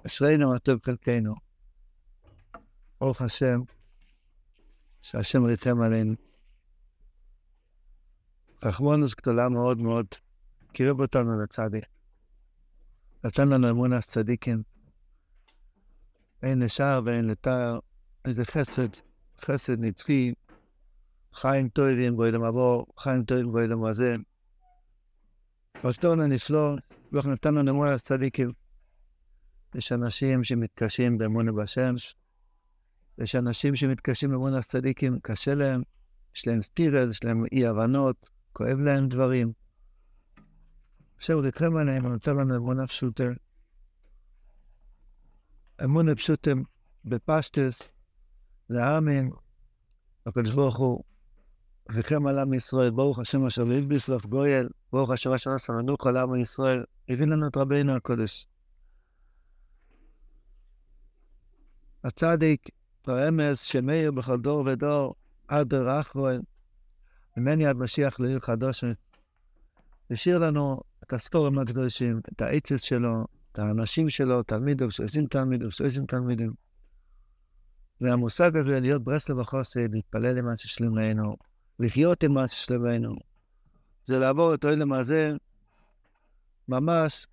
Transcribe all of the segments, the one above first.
אשרינו הטוב חלקנו. ברוך השם, שהשם ריחם עלינו. רחמונוס גדולה מאוד מאוד, קירב אותנו לצדיק. נתן לנו אמונה צדיקים. אין לשער ואין לתאר, איזה חסד נצחי, חיים טובים בעולם עבור, חיים טובים בעולם הזה. בשתון הנפלא, ואנחנו נתן לנו אמונה צדיקים. יש אנשים שמתקשים באמונה בשם, יש אנשים שמתקשים באמונה צדיקים, קשה להם, יש להם ספירז, יש להם אי הבנות, כואב להם דברים. עכשיו ריחם עליהם, ונוצר לנו אמונה פשוטה. אמונה פשוטה בפשטס, להאמין, הקדוש ברוך הוא ריחם על עם ישראל, ברוך השם אשר והלביש לך גויל, ברוך השם אשר עשה מנוחה על עם ישראל, הביא לנו את רבינו הקודש. הצדיק ברמז שמאיר בכל דור ודור, עד דור אחרון, ממני עד משיח לעיר חדש, השאיר לנו את הספורים הקדושים, את העצס שלו, את האנשים שלו, תלמידו, שעושים תלמידים. והמושג הזה, להיות ברסלב החוסד, להתפלל למה ששלמנו, לחיות עם מה ששלמנו, זה לעבור את העולם הזה, ממש,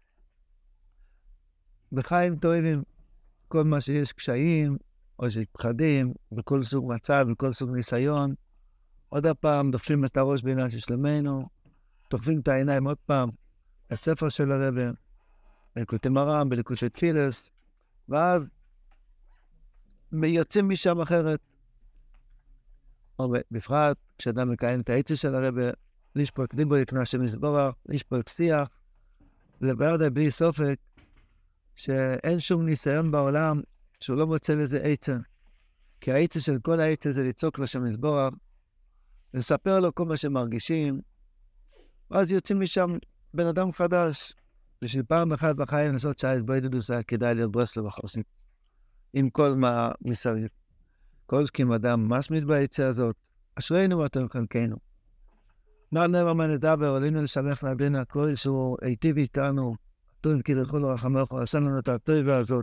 בחיים טובים, כל מה שיש קשיים, או שפחדים, בכל סוג מצב, בכל סוג ניסיון, עוד הפעם דופלים את הראש בעניין ששלמנו, דוחפים את העיניים עוד פעם, הספר של הרבי, בליקוטי מרם, בליקוטי תפילס, ואז יוצאים משם אחרת. או בפרט, כשאדם מקיים את העצה של הרבי, לשפוק דיבור יקנה שמסבורך, לשפוק שיח, לברד בלי סופק, שאין שום ניסיון בעולם שהוא לא מוצא לזה עצה. כי העצה של כל העצה זה לצעוק לו שמסבורך, לספר לו כל מה שמרגישים, ואז יוצאים משם בן אדם חדש, בשביל פעם אחת בחיים לנסות שעה התבודדות היה כדאי להיות ברסלב החוסן, עם כל מה מסביב. כל שכים אדם ממש בעצה הזאת, אשרינו ואתם חלקנו. נאמר מה נדבר, עלינו לשמח להבין הכל שהוא היטיב איתנו, טוב כי לכו לו רחמך, עשה לנו את הטובה הזאת.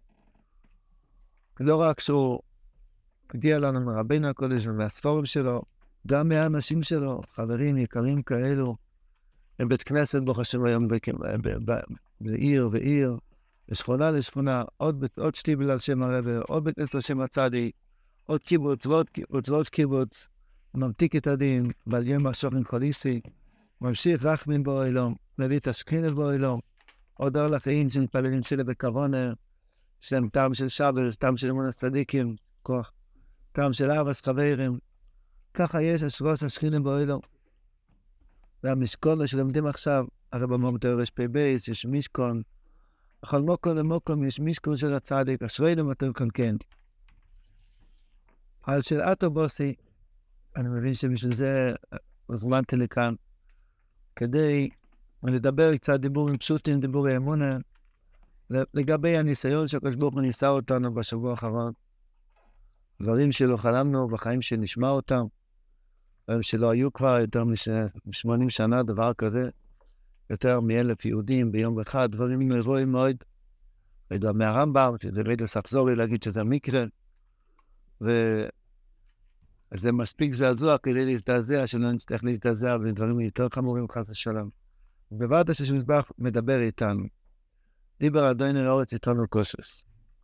לא רק שהוא הגיע לנו מרבינו הקודש ומהספורים שלו, גם מהאנשים שלו, חברים יקרים כאלו, בבית כנסת ברוך השם היום בעיר ועיר, לשכונה לשכונה, עוד שטיבל על שם הרבי, עוד בית כנסת על שם הצדי, עוד קיבוץ ועוד קיבוץ, ממתיק את הדין, ועל יום השוכן חוליסי, ממשיך רחמים בו אילום, מביא את השכינת בו אילום, עוד אור לחיים שמתפללים שלה בכוונה, יש להם טעם של שבר, טעם של אמון הצדיקים, כוח, טעם של אהבס חברים, ככה יש אשרוס השכינת בו אילום. והמשכון שלומדים עכשיו, הרי במומתו רשפ"ב, יש משכון, בכל מוקום ומוקום יש משכון של הצדיק, אשרינו ואתם חלקנו. על שאלתו בוסי, אני מבין שבשביל זה הוזמנתי לכאן, כדי לדבר קצת דיבורים פשוטים, דיבורי אמונה, לגבי הניסיון שהקדוש ברוך הוא ניסה אותנו בשבוע האחרון, דברים שלא חלמנו בחיים שנשמע אותם, שלא היו כבר יותר מ-80 שנה, דבר כזה, יותר מ1,000 יהודים ביום אחד, דברים מבואים מאוד, וידע מהרמב"ם, שזה וידע סחזורי להגיד שזה מקרה, וזה מספיק זעזוע כדי להזדעזע, שלא נצטרך להזדעזע, ודברים יותר חמורים חס ושלום. ובוודא שמזבח מדבר איתנו, דיבר אדוני לאורץ איתנו קושס.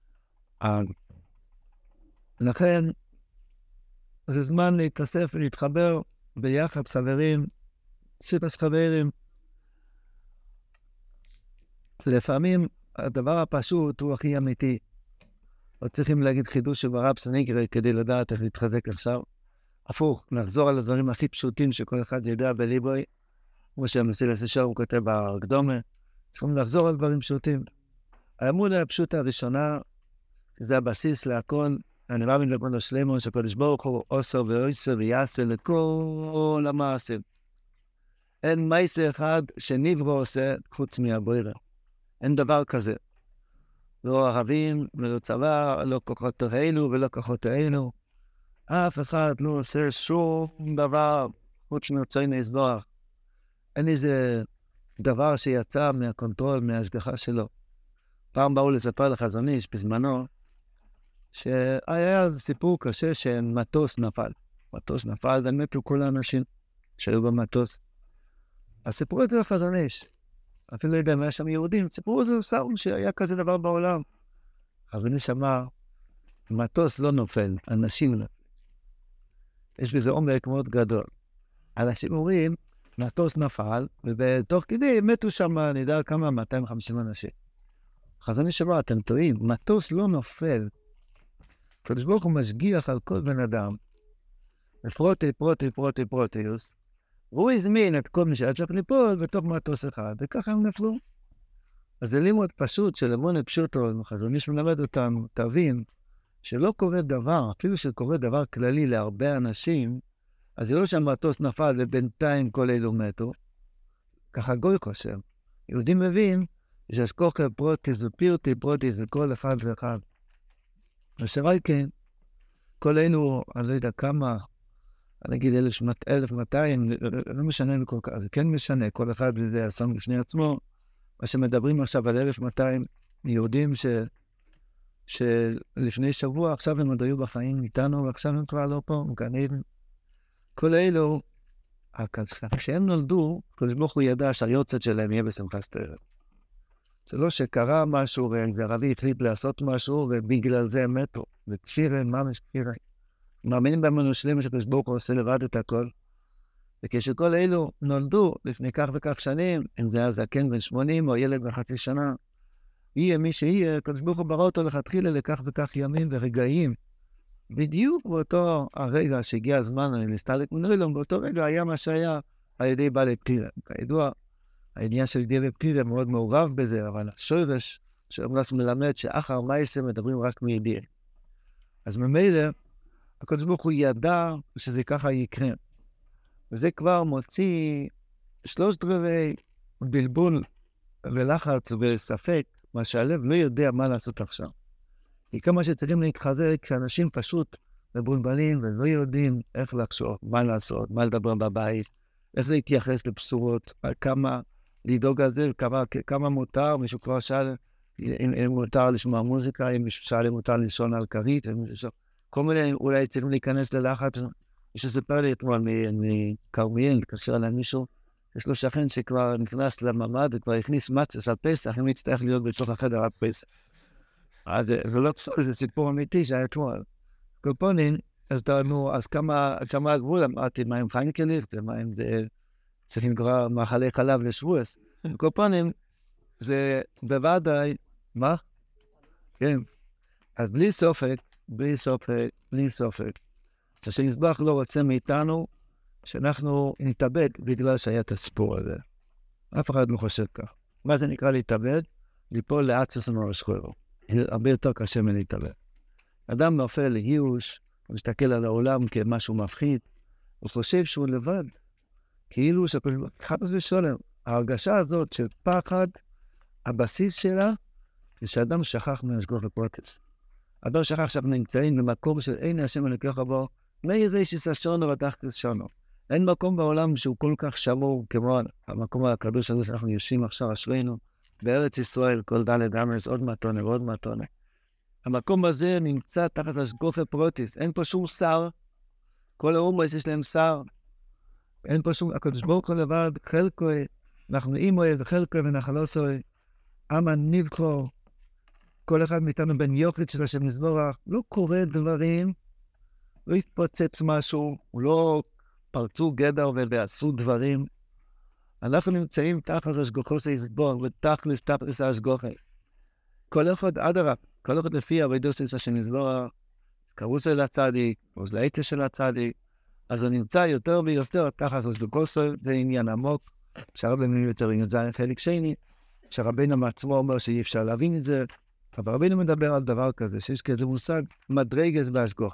לכן, זה זמן להתאסף ולהתחבר ביחד חברים, שיטס חברים. לפעמים הדבר הפשוט הוא הכי אמיתי. לא צריכים להגיד חידוש שברב סניקרי כדי לדעת איך להתחזק עכשיו. הפוך, נחזור על הדברים הכי פשוטים שכל אחד יודע בליבוי, כמו שהמסיל השור הוא כותב בהקדומה. צריכים לחזור על דברים פשוטים. האמונה הפשוטה הראשונה, זה הבסיס להכל, אני מאמין לבון השלמון שקודש ברוך הוא עושה ועושה ויעשה לכל המעשה. אין מעשה אחד שנברא עושה חוץ מהבורא. אין דבר כזה. לא ערבים, ולא צבא, לא כוחות האלו ולא כוחות האלו. אף אחד לא עושה שום דבר חוץ מרצון יתברך. אין איזה דבר שיצא מהקונטרול, מההשגחה שלו. פעם באו לספר לחזון איש בזמנו, שהיה אז סיפור קשה שמטוס נפל. מטוס נפל ומתו כל האנשים שהיו במטוס. אז סיפרו את זה לחזון איש. אפילו לא יודע אם היה שם יהודים, סיפרו את זה לסאום שהיה כזה דבר בעולם. חזון איש אמר, מטוס לא נופל, אנשים נופל. יש בזה עומק מאוד גדול. אנשים אומרים, מטוס נפל, ובתוך כדי מתו שם, אני יודע כמה, 250 אנשים. חזון איש אמר, אתם טועים, מטוס לא נופל. הקדוש ברוך הוא משגיח על כל בן אדם, פרוטיוס, והוא הזמין את כל מי שהיה צריך ליפול בתוך מטוס אחד, וככה הם נפלו. אז זה לימוד פשוט של אמונה פשוטו, חזון איש מלמד אותם, תבין, שלא קורה דבר, אפילו שקורה דבר כללי להרבה אנשים, אז זה לא שהמטוס נפל ובינתיים כל אלו מתו. ככה גוי חושב. יהודי מבין שיש כוחי פרוטיס ופירטי וכל אחד ואחד. ושאולי כן, כל אלו, אני לא יודע כמה, אני אגיד 1200, לא משנה כל כך, זה כן משנה, כל אחד זה אסון בפני עצמו. מה שמדברים עכשיו על 1200 יהודים שלפני שבוע, עכשיו הם עוד היו בחיים איתנו, ועכשיו הם כבר לא פה, מגנים. כל אלו, כשהם נולדו, הקדוש ברוך הוא ידע שהיוצאת שלהם יהיה בשמחת תורה. זה לא שקרה משהו, והרבי החליט לעשות משהו, ובגלל זה הם מתו. וכפירה, ממש כפירה. מאמינים באמנו שלמה שהקדוש ברוך הוא עושה לבד את הכל. וכשכל אלו נולדו לפני כך וכך שנים, אם זה היה זקן בן 80 או ילד בחצי שנה, יהיה מי שיהיה, הקדוש ברוך הוא ברא אותו לכתחילה לכך וכך ימים ורגעים. בדיוק באותו הרגע שהגיע הזמן להסתלק מן העולם, באותו רגע היה מה שהיה על ידי בעלי בחירה. כידוע, העניין של בעלי בחירה מאוד מעורב בזה, אבל השורש שאומרס מלמד שאחר מייסר מדברים רק מידיעה. אז ממילא, הקדוש ברוך הוא ידע שזה ככה יקרה. וזה כבר מוציא 3/4 בלבול ולחץ וספק, מה שהלב לא יודע מה לעשות עכשיו. כי כמה שצריכים להתחזק כשאנשים פשוט מבולבלים ולא יודעים איך לחשוב, מה לעשות, מה לדבר בבית, איך להתייחס לבשורות, כמה לדאוג על זה, כמה מותר, מישהו כבר שאל אם מותר לשמוע מוזיקה, אם מישהו שאל אם מותר לישון על כרית, כל מיני אולי צריכים להיכנס ללחץ. מישהו ספר לי אתמול מקרמיאל, התקשר אליי מישהו, יש לו שכן שכבר נכנס לממד וכבר הכניס מצס על פסח, אם יצטרך להיות בתוך החדר עד פסח. ולא צפור, זה סיפור אמיתי שהיה אתמול. כל פונים, אז כמה הגבול, אמרתי, מה עם חיינקליך, מה עם זה, צריכים לקרוא מאכלי חלב לשבועס. כל פונים, זה בוודאי, מה? כן. אז בלי סופק, שהמזבח לא רוצה מאיתנו, שאנחנו נתאבד בגלל שהיה את הסיפור הזה. אף אחד לא חושב כך. מה זה נקרא להתאבד? ליפול לעצס ומראש חורו. הרבה יותר קשה מלהתאבד. אדם נופל לייאוש, הוא מסתכל על העולם כמשהו מפחיד, הוא חושב שהוא לבד. כאילו חס ושלום, ההרגשה הזאת של פחד, הבסיס שלה, זה שאדם שכח מהשגוח הפרוטס. אדם שכח שאנחנו נמצאים במקום של אין השם אלוקיך בו, מי רשס השונו ותחתס שונו. אין מקום בעולם שהוא כל כך שמור כמו המקום הקדוש הזה שאנחנו יושבים עכשיו אשרינו, בארץ ישראל, כל דלת אמרס, עוד מתונה ועוד מתונה. המקום הזה נמצא תחת השגוח הפרוטס, אין פה שום שר, כל האומות יש להם שר, אין פה שום, הקדוש ברוך הוא לבד, חלקו, אנחנו אימוי וחלקו ונחלוסו, אמה נבחו, כל אחד מאיתנו בן יוחד של השם יזבורך, לא קורה דברים, לא התפוצץ משהו, לא פרצו גדר ועשו דברים. אנחנו נמצאים תחת השגוחוס יזבורך, ותכלס השגוחה. כל אחד אדרבה, כל אחד לפי עבודתו של השם יזבורך, קרוס של הצדיק, עוזלאיצה של הצדיק, אז הוא נמצא יותר ויותר תחת השגוחוס, זה עניין עמוק, שהרבנו יותר עניין זה חלק שני, שהרבנו עצמו אומר שאי אפשר להבין את זה, אבל רבנו מדבר על דבר כזה, שיש כזה מושג מדרגס בהשגוחה.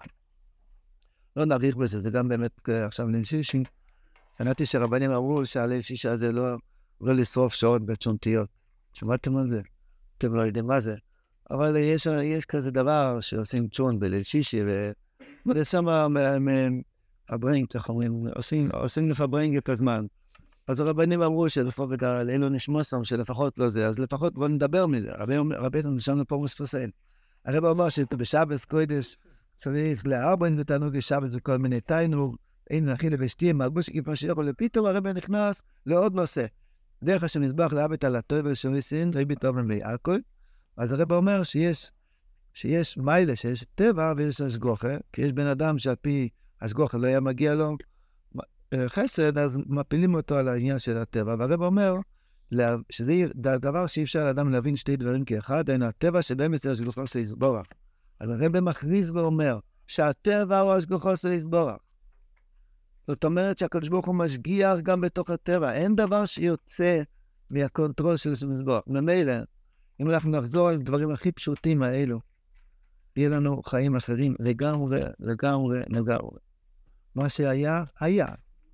לא נאריך בזה, זה גם באמת עכשיו לשישי. שמעתי שרבנים אמרו שעלי שישי הזה לא לשרוף שעות בצ'ונתיות. שמעתם על זה? אתם לא יודעים מה זה. אבל יש כזה דבר שעושים צ'ון בליל שישי, ולשם הברינג, איך אומרים, עושים לפברינג את הזמן. אז הרבנים אמרו שלפחות עלינו נשמע שם, שלפחות לא זה, אז לפחות בוא נדבר מזה. רבינו נשמע פה מספסל. הרב אומר שבשבס קודש צריך להרבן ותענוג לשבס וכל מיני תיינוג, אין להכין לבשתים, מלבוש כיפה שיכול, ופתאום הרב נכנס לעוד נושא. דרך השם מזבח להבט על הטוב של ניסין, ריבי טוב ויעקב. אז הרב אומר שיש מיילה, שיש טבע ויש השגוחה, כי יש בן אדם שעל פי השגוחה לא היה מגיע לו חסד, אז מפילים אותו על העניין של הטבע. והרב אומר שזה דבר שאי אפשר לאדם להבין שתי דברים כאחד, אין הטבע שבהם יצא השגוחה של יסבורך. אז הרב מכריז ואומר שהטבע הוא השגוחה של יסבורך. זאת אומרת שהקדוש ברוך הוא משגיח גם בתוך הטבע. אין דבר שיוצא מהקונטרול של יסבורך. ממילא, אם אנחנו נחזור על דברים הכי פשוטים האלו, יהיה לנו חיים אחרים לגמרי, לגמרי, לגמרי. מה שהיה, היה.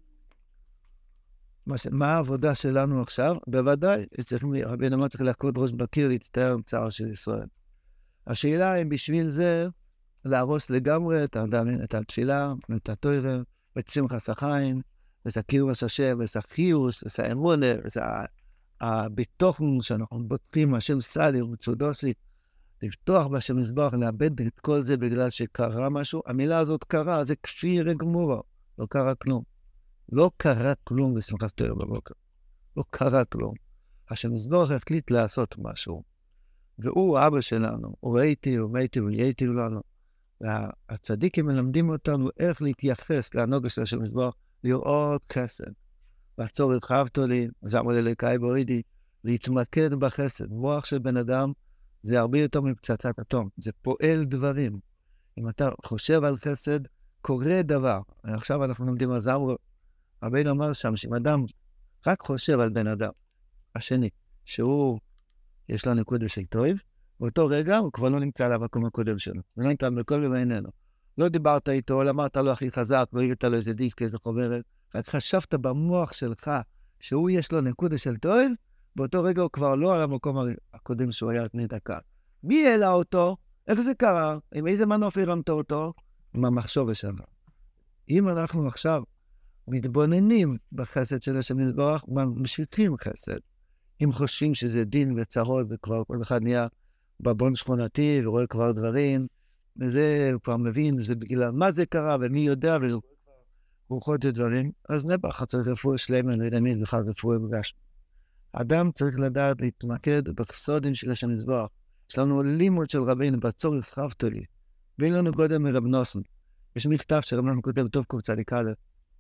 מה העבודה שלנו עכשיו? בוודאי, רבינו אמר צריך להכות ראש בקיר, להצטער בצער של ישראל. השאלה אם בשביל זה להרוס לגמרי את התפילה, את התורה, את שמחת החיים, את הקירוס השם, את החיוס, את האמונה, את הביטחון שאנחנו בוטחים, השם סלי ומצודוסי, לפתוח בשם מזבח, לאבד את כל זה בגלל שקרה משהו. המילה הזאת קרה, זה כפיר גמורה, לא קרה כלום. לא קרה כלום בשמחת תורה בבוקר. לא קרה כלום. השם מזבח החליט לעשות משהו. והוא אבא שלנו, הוא ראיתי, הוא מייתי, הוא יייתי לנו. והצדיקים מלמדים אותנו איך להתייחס להנוגה של השם מזבח, לראות חסד. והצור הרחבתו לי, זעמו ללקאי בורידי, להתמקד בחסד. מוח של בן אדם זה הרבה יותר מפצצת אטום. זה פועל דברים. אם אתה חושב על חסד, קורה דבר. עכשיו אנחנו לומדים על זמרו. רבינו אמר שם, שאם אדם רק חושב על בן אדם, השני, שהוא, יש לו נקודה של טוב, באותו רגע הוא כבר לא נמצא על המקום הקודם שלו. ולא נמצא בכל דבר איננו. לא דיברת איתו, לא אמרת לו הכי חזק, לא הבאת לו איזה דיסק, איזה חוברת, רק חשבת במוח שלך שהוא יש לו נקודה של טוב, באותו רגע הוא כבר לא על המקום הקודם שהוא היה לפני דקה. מי העלה אותו? איך זה קרה? עם איזה מנוף הרמת אותו? עם המחשוב שלך. אם אנחנו עכשיו מתבוננים בחסד של השם יתברך, משליטים חסד. אם חושבים שזה דין וצרות, וכבר כל אחד נהיה בבון שכונתי, ורואה כבר דברים, וזה הוא כבר מבין, זה בגלל מה זה קרה, ומי יודע, ורוחות את דברים, אז נפח, צריך רפואה שלמה, לא יודע מי, בכלל רפואה בגש. אדם צריך לדעת להתמקד בסודים של השם יתברך. יש לנו לימוד של רבינו, בצור הרחבתו לי. ואין לנו קודם מרב נוסן. יש מכתב שרב נוסן כותב טוב קבוצה לקראת.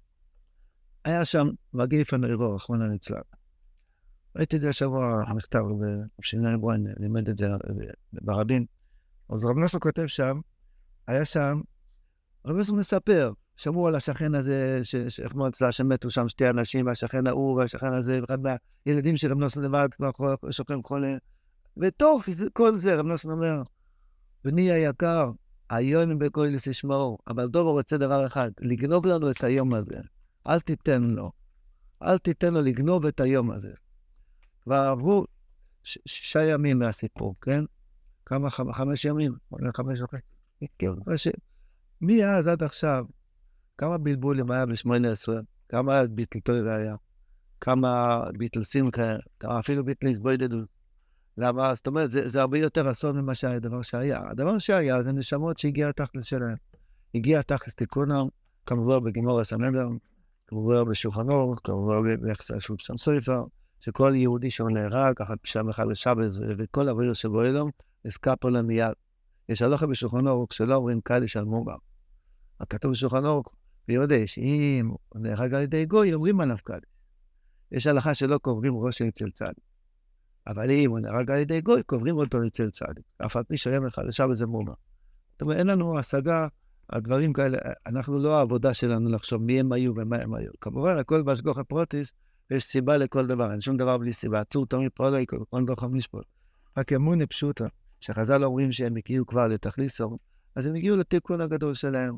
היה שם מגיף הנריבו, אחרון הנצלב. ראיתי את זה השבוע, המכתב, בשבילי ברואן, לימד את זה ברבים. אז רב נוסן כותב שם, היה שם, רב נוסן מספר, שמעו על השכן הזה, שאיך מאוד צלה שמתו שם שתי אנשים, והשכן ההוא, והשכן הזה, ואחד מהילדים של רב נוסן לבד, כבר שוכם חולה. ותוך כל זה, רב נוסן אומר, בני היקר, היום בקוילס ישמעו, אבל דובר רוצה דבר אחד, לגנוב לנו את היום הזה. אל תיתן לו. אל תיתן לו לגנוב את היום הזה. כבר עברו 6 ימים מהסיפור, כן? כמה? 5 ימים? 5 וחצי. מאז עד עכשיו, כמה בלבולים היה ב-18, כמה ביטל טוב היה, כמה ביטל שמחה, כמה אפילו ביטל הסבוידדות. למה? זאת אומרת, זה הרבה יותר אסון ממה שהיה הדבר שהיה. הדבר שהיה זה נשמות שהגיע תכלס שלהם. הגיע תכלס תיקונם, כמובן בגימור הסנדר, כמובן בשולחן אור, כמובן ביחסה של פסם סופר, שכל יהודי שהוא נהרג, אחת פשעה אחד לשבס, וכל עביר שבו אלום, נזכר פה למיד. יש הלוכה בשולחן אור, כשלא אומרים קדיש על מובה. הכתוב בשולחן אור, ויודע שאם הוא נהרג על ידי גוי, אומרים עליו קדיש. יש הלכה שלא קוברים ראש אצל צדיק. אבל אם הוא נהרג על ידי גוי, קוברים אותו אצל צדיק. אף על פי שהם לך לשבת זה מובה. זאת אומרת, אין לנו השגה, הדברים כאלה, אנחנו לא העבודה שלנו לחשוב מי הם היו ומה הם היו. כמובן, הכל בהשגוח הפרוטיס, יש סיבה לכל דבר, אין שום דבר בלי סיבה. עצור תמיד פרולוי, כל דוח המשפט. רק אמונה פשוטה, שחז"ל אומרים שהם הגיעו כבר לתכליסו, אז הם הגיעו לתיקון הגדול שלהם.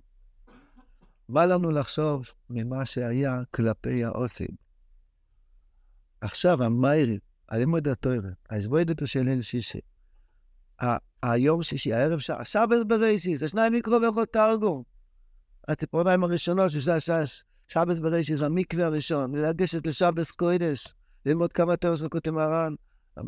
מה לנו לחשוב ממה שהיה כלפי העושים? עכשיו, המיירי, הלימוד התורה, ההסבוידתו של ליל שישי, היום שישי, הערב השבת בראשית, זה 2 מקרא ואחד תרגום. הציפורניים הראשונות, שבס בראשיס, המקווה הראשון, לגשת לשבס קודש, ללמוד כמה תיאוריות של לקוטי מרן,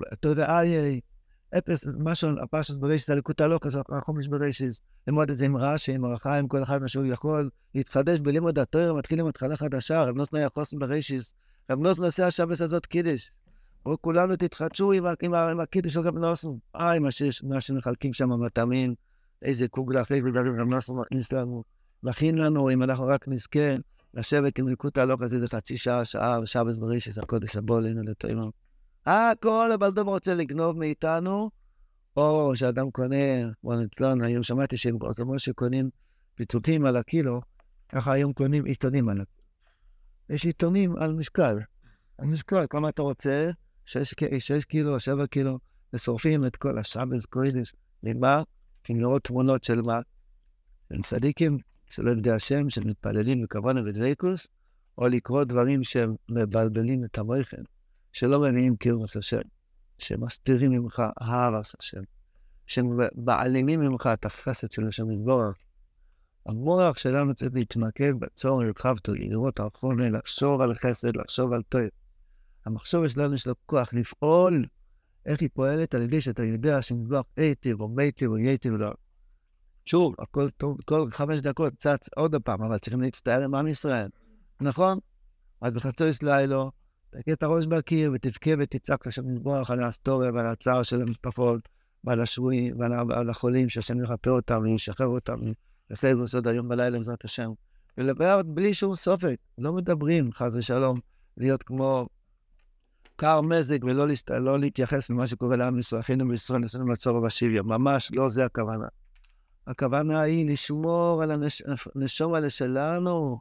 תודעי, אפס, משהו, הפרשת בראשיס, הליקוט הלוקס, החומש בראשיס, ללמוד את זה עם רש"י, עם הרחיים, כל אחד מה שהוא יכול, להתחדש בלימוד התורה, מתחיל עם התחלה חדשה, רב נוסנה יחוסן בראשיס, רב נוסנה עושה השבס הזאת קידש, כולנו תתחדשו עם הקידש של רב נוסנה, מה שמחלקים שם מטעמים, איזה קוגלה, רב נוסנה מכניס לנו, מכין לנו, אם אנחנו רק נזכה, לשבת עם ליקוט הלוקס, איזה חצי שעה, שבס בראשיס, הקודש הבוא עלינו לתוימה. כל הבלדום רוצה לגנוב מאיתנו, או שאדם קונה, בוא נתלון, היום שמעתי שהם כמו שקונים פיצוחים על הקילו, ככה היום קונים עיתונים על הקילו. יש עיתונים על משקל. על משקל, כמה אתה רוצה, 6 קילו, 7 קילו, ושורפים את כל השבס קודש. למה? כי לראות תמונות של מה? של צדיקים, של עובדי השם, שמתפללים בכוונה ודבקות, או לקרוא דברים שהם מבלבלים את המוחין. שלא מביאים קירמס השם, שמסתירים ממך אהבת השם, שמעלימים ממך את החסד של השם יתברך. המוח שלנו צריך להתמקד בצור רחבתו, לראות על חולה, לחשוב על חסד, לחשוב על טוב. המחשוב שלנו יש לו כוח לפעול, איך היא פועלת על ידי שאתה יודע שמזבח היטיב או מיטיב או ייטיב לא. שוב, הכל טוב, כל 5 דקות צץ עוד הפעם, אבל צריכים להצטער עם עם ישראל. נכון? אז בחצוי סלילו, תקי את הראש בקיר ותבכה ותצעק לשם יתברך על ההיסטוריה ועל הצער של המשפחות ועל השבויים ועל החולים שהשם יחפה אותם וישחרר אותם לפי גוסוד היום בלילה בעזרת השם. ולבער בלי שום סופק, לא מדברים חס ושלום להיות כמו קר מזג ולא להתייחס למה שקורה לעם ישראל, אחינו בישראל ניסינו מצור ובשוויון, ממש לא זה הכוונה. הכוונה היא לשמור על הנשמה שלנו.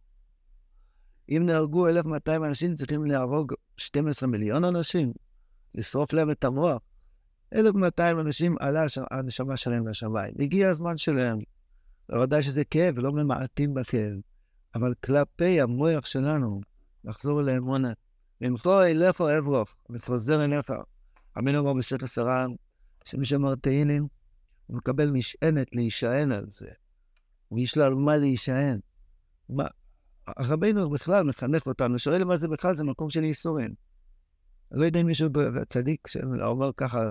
אם נהרגו 1,200 אנשים, צריכים להרוג 12 מיליון אנשים, לשרוף להם את המוח. 1,200 אנשים עלה הנשמה שלהם לשמיים. הגיע הזמן שלהם. בוודאי שזה כאב, ולא ממעטים בכאב. אבל כלפי המוח שלנו, לחזור לאמונה. למחור אליך אברוך, וחוזר אליך. אמינו רב בשקט הסרן, שמי שאמר תהילים, הוא מקבל משענת להישען על זה. ויש לה מה להישען. מה? רבינו בכלל מחנך אותנו, שואל מה זה בכלל, זה מקום של ייסורים. אני לא יודע אם מישהו צדיק שאומר ככה,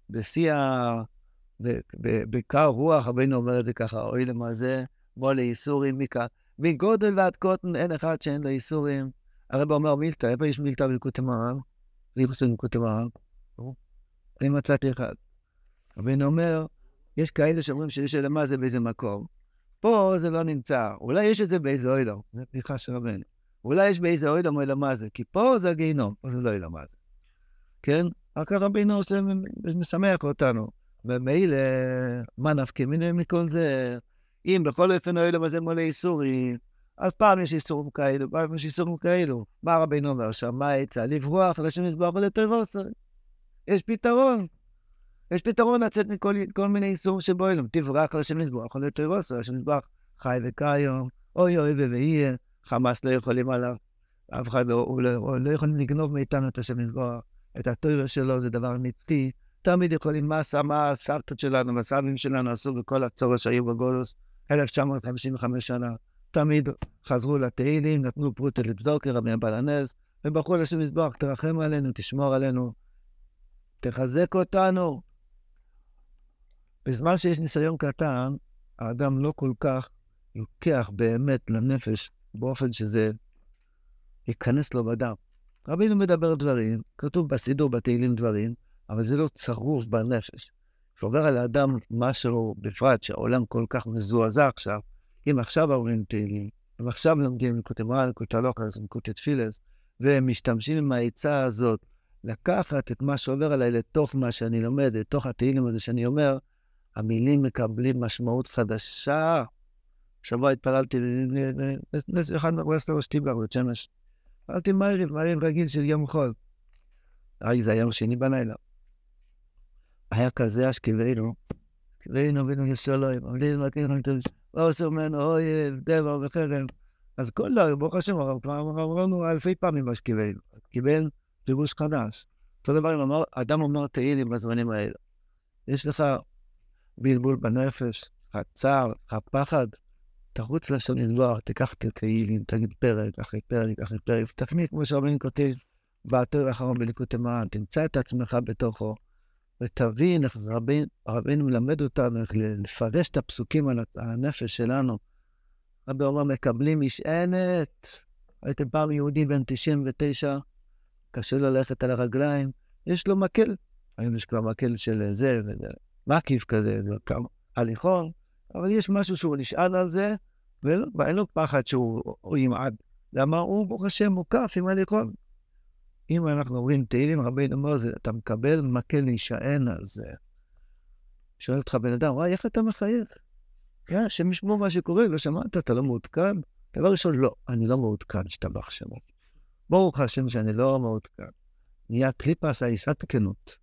בקר רוח, רבינו אומר את זה ככה, אוי למה זה, בוא לייסורים מכאן. מגודל ועד קוטן אין אחד שאין לייסורים. הרב אומר מילתא, איפה יש מילתא בליקוטי מוהר"ן? לי חושב בליקוטי מוהר"ן. אני מצאתי אחד. רבינו אומר, יש כאלה שאומרים שיש למה זה באיזה מקום. פה זה לא נמצא, אולי יש את זה באיזה אוילום, זה פתיחה של רבנו. אולי יש באיזה אוילום או למה זה, כי פה זה הגיהינום, פה זה לא אוילום מה זה. כן? רק רבינו עושה, משמח אותנו. ומילא, מה נפקא מיני מכל זה? אם בכל אופן אוילום הזה מולא איסורים, אז פעם יש איסורים כאלו, פעם יש איסורים כאלו. מה רבינו אומר שם? מה העצה? לברוח, לשם יסבור ולטרור. יש פתרון. יש פתרון לצאת מכל מיני איסורים שבאוילום. תברח לשם יסבורך, או לטרוס, לשם יסבורך חי וקיום, אוי אוי ויהיה, חמאס לא יכולים עליו, אף אחד לא יכולים לגנוב מאיתנו את השם יסבורך, את התורה שלו, זה דבר נצחי, תמיד יכולים, מה הסבתות שלנו, והסבים שלנו עשו בכל הצורך שהיו בגולוס, 1955 שנה, תמיד חזרו לתהילים, נתנו פרוטה לבדוקר, רבי הבעל הנס, ובחרו לשם יסבורך, תרחם עלינו, תשמור עלינו, תחזק אותנו. בזמן שיש ניסיון קטן, האדם לא כל כך לוקח באמת לנפש באופן שזה ייכנס לו בדם. רבינו מדבר דברים, כתוב בסידור בתהילים דברים, אבל זה לא צרוף בנפש. שעובר על האדם משהו בפרט שהעולם כל כך מזועזע עכשיו, אם עכשיו אומרים תהילים, אם עכשיו לומדים ליקוטי מוהר"ן, ליקוטי הלוקס, ליקוטי תפילס, והם משתמשים עם העצה הזאת, לקחת את מה שעובר עליי לתוך מה שאני לומד, לתוך התהילים הזה שאני אומר, המילים מקבלים משמעות חדשה. שבוע התפללתי, אחד מברסלב שטיבר, בית שמש. התפללתי מעריב רגיל של יום חול. זה היום שני בלילה. היה כזה אשכבנו, בינו ישלום, עמדינו לקחנו את זה, ועושה ממנו אויב, דבר וחרם. אז כל דבר, ברוך השם, אמרנו אלפי פעמים אשכבנו. קיבל פירוש חדש. אותו דבר, אדם אומר תהילים בזמנים האלה. יש לך בלבול בנפש, הצער, הפחד, תרוץ לשון לנבוע, תיקח תהילים, תגיד פרק אחרי פרק אחרי פרק, תכנית כמו שהרבנים כותב, בעתור האחרון בליקוטי מוהר"ן, תמצא את עצמך בתוכו, ותבין איך רבינו מלמד אותנו, איך לפרש את הפסוקים על הנפש שלנו. רבי אומר, מקבלים משענת. הייתם פעם יהודי בן 99, קשה ללכת על הרגליים, יש לו מקל. היום יש כבר מקל של זה וזה, מקיף כזה, הליכון, אבל יש משהו שהוא נשען על זה, ואין לו פחד שהוא ימעד. למה הוא ברוך השם מוקף עם הליכון. אם אנחנו אומרים תהילים, רבינו אומר, אתה מקבל מקל להישען על זה. שואל אותך בן אדם, וואי, איך אתה מחייך? השם ישמעו מה שקורה, לא שמעת, אתה לא מעודכן? דבר ראשון, לא, אני לא מעודכן, שתבח שמו. ברוך השם שאני לא מעודכן. נהיה קליפס ההתעדכנות.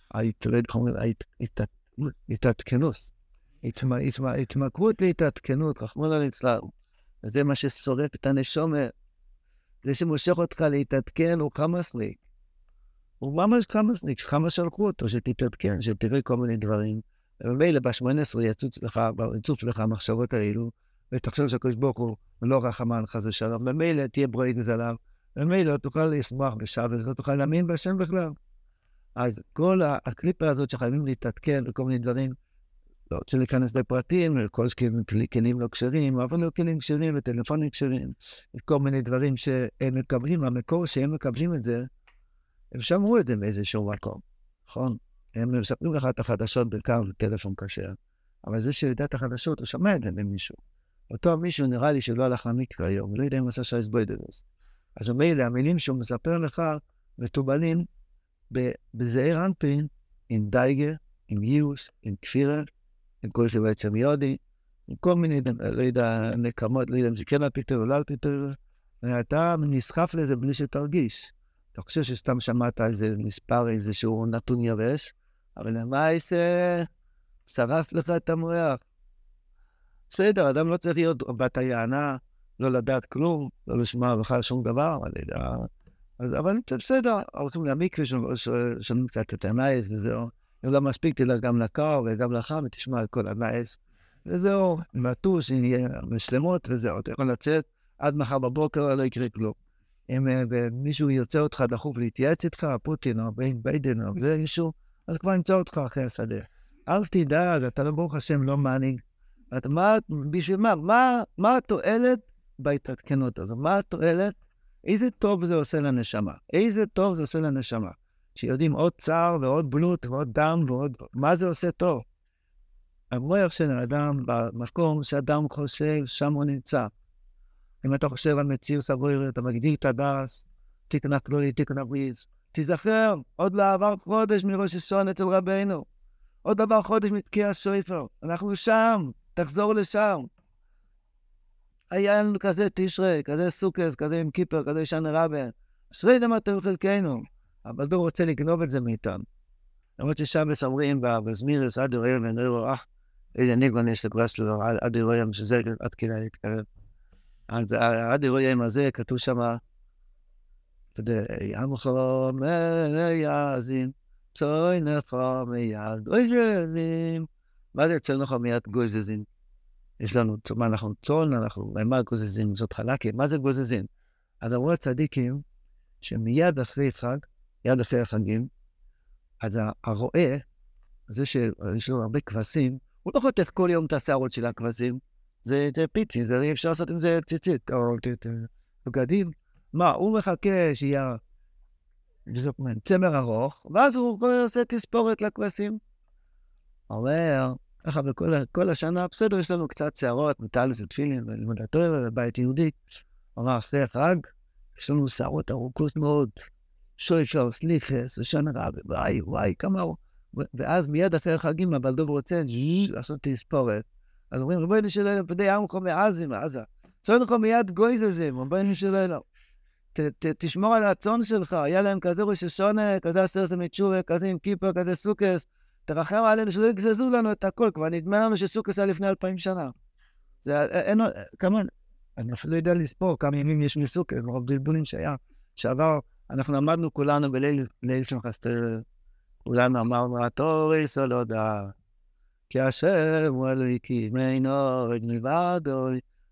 התעדכנוס. התמכרות להתעדכנות, רחמנא ליצלן. וזה מה ששורף את הנשמה. זה שמושך אותך להתעדכן הוא חמאסניק. הוא ממש חמאסניק, שחמאס שלחו אותו, שתתעדכן, שתראה כל מיני דברים. ומילא ב-18 יצוף לך המחשבות האלו, ותחשוב שהקדוש ברוך הוא לא רחמן חס ושלום, ומילא תהיה ברוגז עליו, ומילא תוכל לשמוח בשבת, לא תוכל להאמין בהשם בכלל. אז כל הקליפה הזאת שחייבים להתעדכן וכל מיני דברים, לא רוצה להיכנס לפרטים, כל כלים לא כשרים, אבל לא כלים כשרים וטלפונים כשרים, כל מיני דברים שהם מקבלים, המקור שהם מקבלים את זה, הם שמרו את זה מאיזשהו מקום, נכון? הם מספרים לך את החדשות בקו טלפון כשר, אבל זה שיודע את החדשות, הוא שמע את זה ממישהו. אותו מישהו נראה לי שלא הלך למקרא היום, לא יודע אם עשה שייס בוידלס. אז מילא, המילים שהוא מספר לך, מתובלים בזעיר אנפין, עם דייגה, עם ייאוש, עם כפירה, עם כל שבעצם יודי, עם כל מיני, לא יודע, נקמות, לא יודע אם שכן הפיתר או לא הפיתר, ואתה נסחף לזה בלי שתרגיש. אתה חושב שסתם שמעת איזה מספר, איזשהו נתון יבש, אבל למה שרף לך את המוח? בסדר, אדם לא צריך להיות בת היענה, לא לדעת כלום, לא לשמוע בכלל שום דבר, אבל בסדר, הולכים למקווה, שומעים קצת את הנאייס וזהו. אם לא מספיק, תלך גם לקר וגם לך, ותשמע את כל הנאייס. וזהו, מטוש, יהיה משלמות וזהו. אתה יכול לצאת, עד מחר בבוקר לא יקרה כלום. אם מישהו ירצה אותך דחוף להתייעץ איתך, פוטין או ביידן או מישהו, אז כבר ימצא אותך אחרי השדה. אל תדאג, אתה לא ברוך השם לא מנהיג. בשביל מה התועלת בהתעדכנות הזו? מה התועלת? איזה טוב זה עושה לנשמה? איזה טוב זה עושה לנשמה? שיודעים עוד צער ועוד בלוט ועוד דם ועוד... מה זה עושה טוב? המוח של האדם במקום שאדם חושב, שם הוא נמצא. אם אתה חושב על מציאות סבויר, אתה מגדיל את הדס, תקנה כלולי, תקנה בריז. תזכר, עוד לא עבר חודש מראש השונה אצל רבינו. עוד עבר חודש מתקיע שויפר. אנחנו שם, תחזור לשם. היה לנו כזה תשרי, כזה סוכס, כזה עם קיפר, כזה שנה רבה. אשרי דמתם חלקנו. אבל דור רוצה לגנוב את זה מאיתנו. למרות ששם מסמרים בזמירס, עד ירויים, ונראו, איזה ניגון יש לברסלו, עד ירויים, שזה עד כדאי להתקרב. אז עד ירויים הזה כתוב שם, ימך מייזים, צוי נכה מיד גויזזים. מה זה צוי נכה מיד גויזזים? יש לנו, מה אנחנו צון, אנחנו, מה גויזזים? זאת חלקי, מה זה גויזזים? אז אמרו הצדיקים, שמיד אחרי חג, יד אחרי החגים, אז הרועה, זה שיש לו הרבה כבשים, הוא לא חותך כל יום את השערות של הכבשים, זה פיצי, זה אפשר לעשות עם זה ציצית, או בגדים. מה, הוא מחכה שיהיה צמר ארוך, ואז הוא עושה תספורת לכבשים. אומר, ככה בכל השנה, בסדר, יש לנו קצת שערות, מטלס ותפילין, ולימוד התורה, ובית יהודי. אומר, אחרי החג, יש לנו שערות ארוכות מאוד, שויפר, סליחס, שנה רבה, וואי, כמה הוא. ואז מיד אחרי החגים, אבל דוב רוצה לעשות תספורת. אז אומרים, רבונו שלנו, פדי עמך מעזים, עזה. צונך מיד גויזזים, רבונו שלנו. תשמור על הצאן שלך, היה להם כזה ראש השונה, כזה עשרת מתשובה, כזה עם כיפר, כזה סוכס. תרחם עלינו שלא יגזזו לנו את הכל, כבר נדמה לנו שסוכס היה לפני 2000 שנה. זה, אין, כמה, אני אפילו לא יודע לספור כמה ימים יש מסוכס, מרוב דלבולים שהיה, שעבר, אנחנו למדנו כולנו בליל של חסטר, כולנו אמרנו, התורי סולודה, כי השם הוא אלוהי כי מינו רגני ועדוי,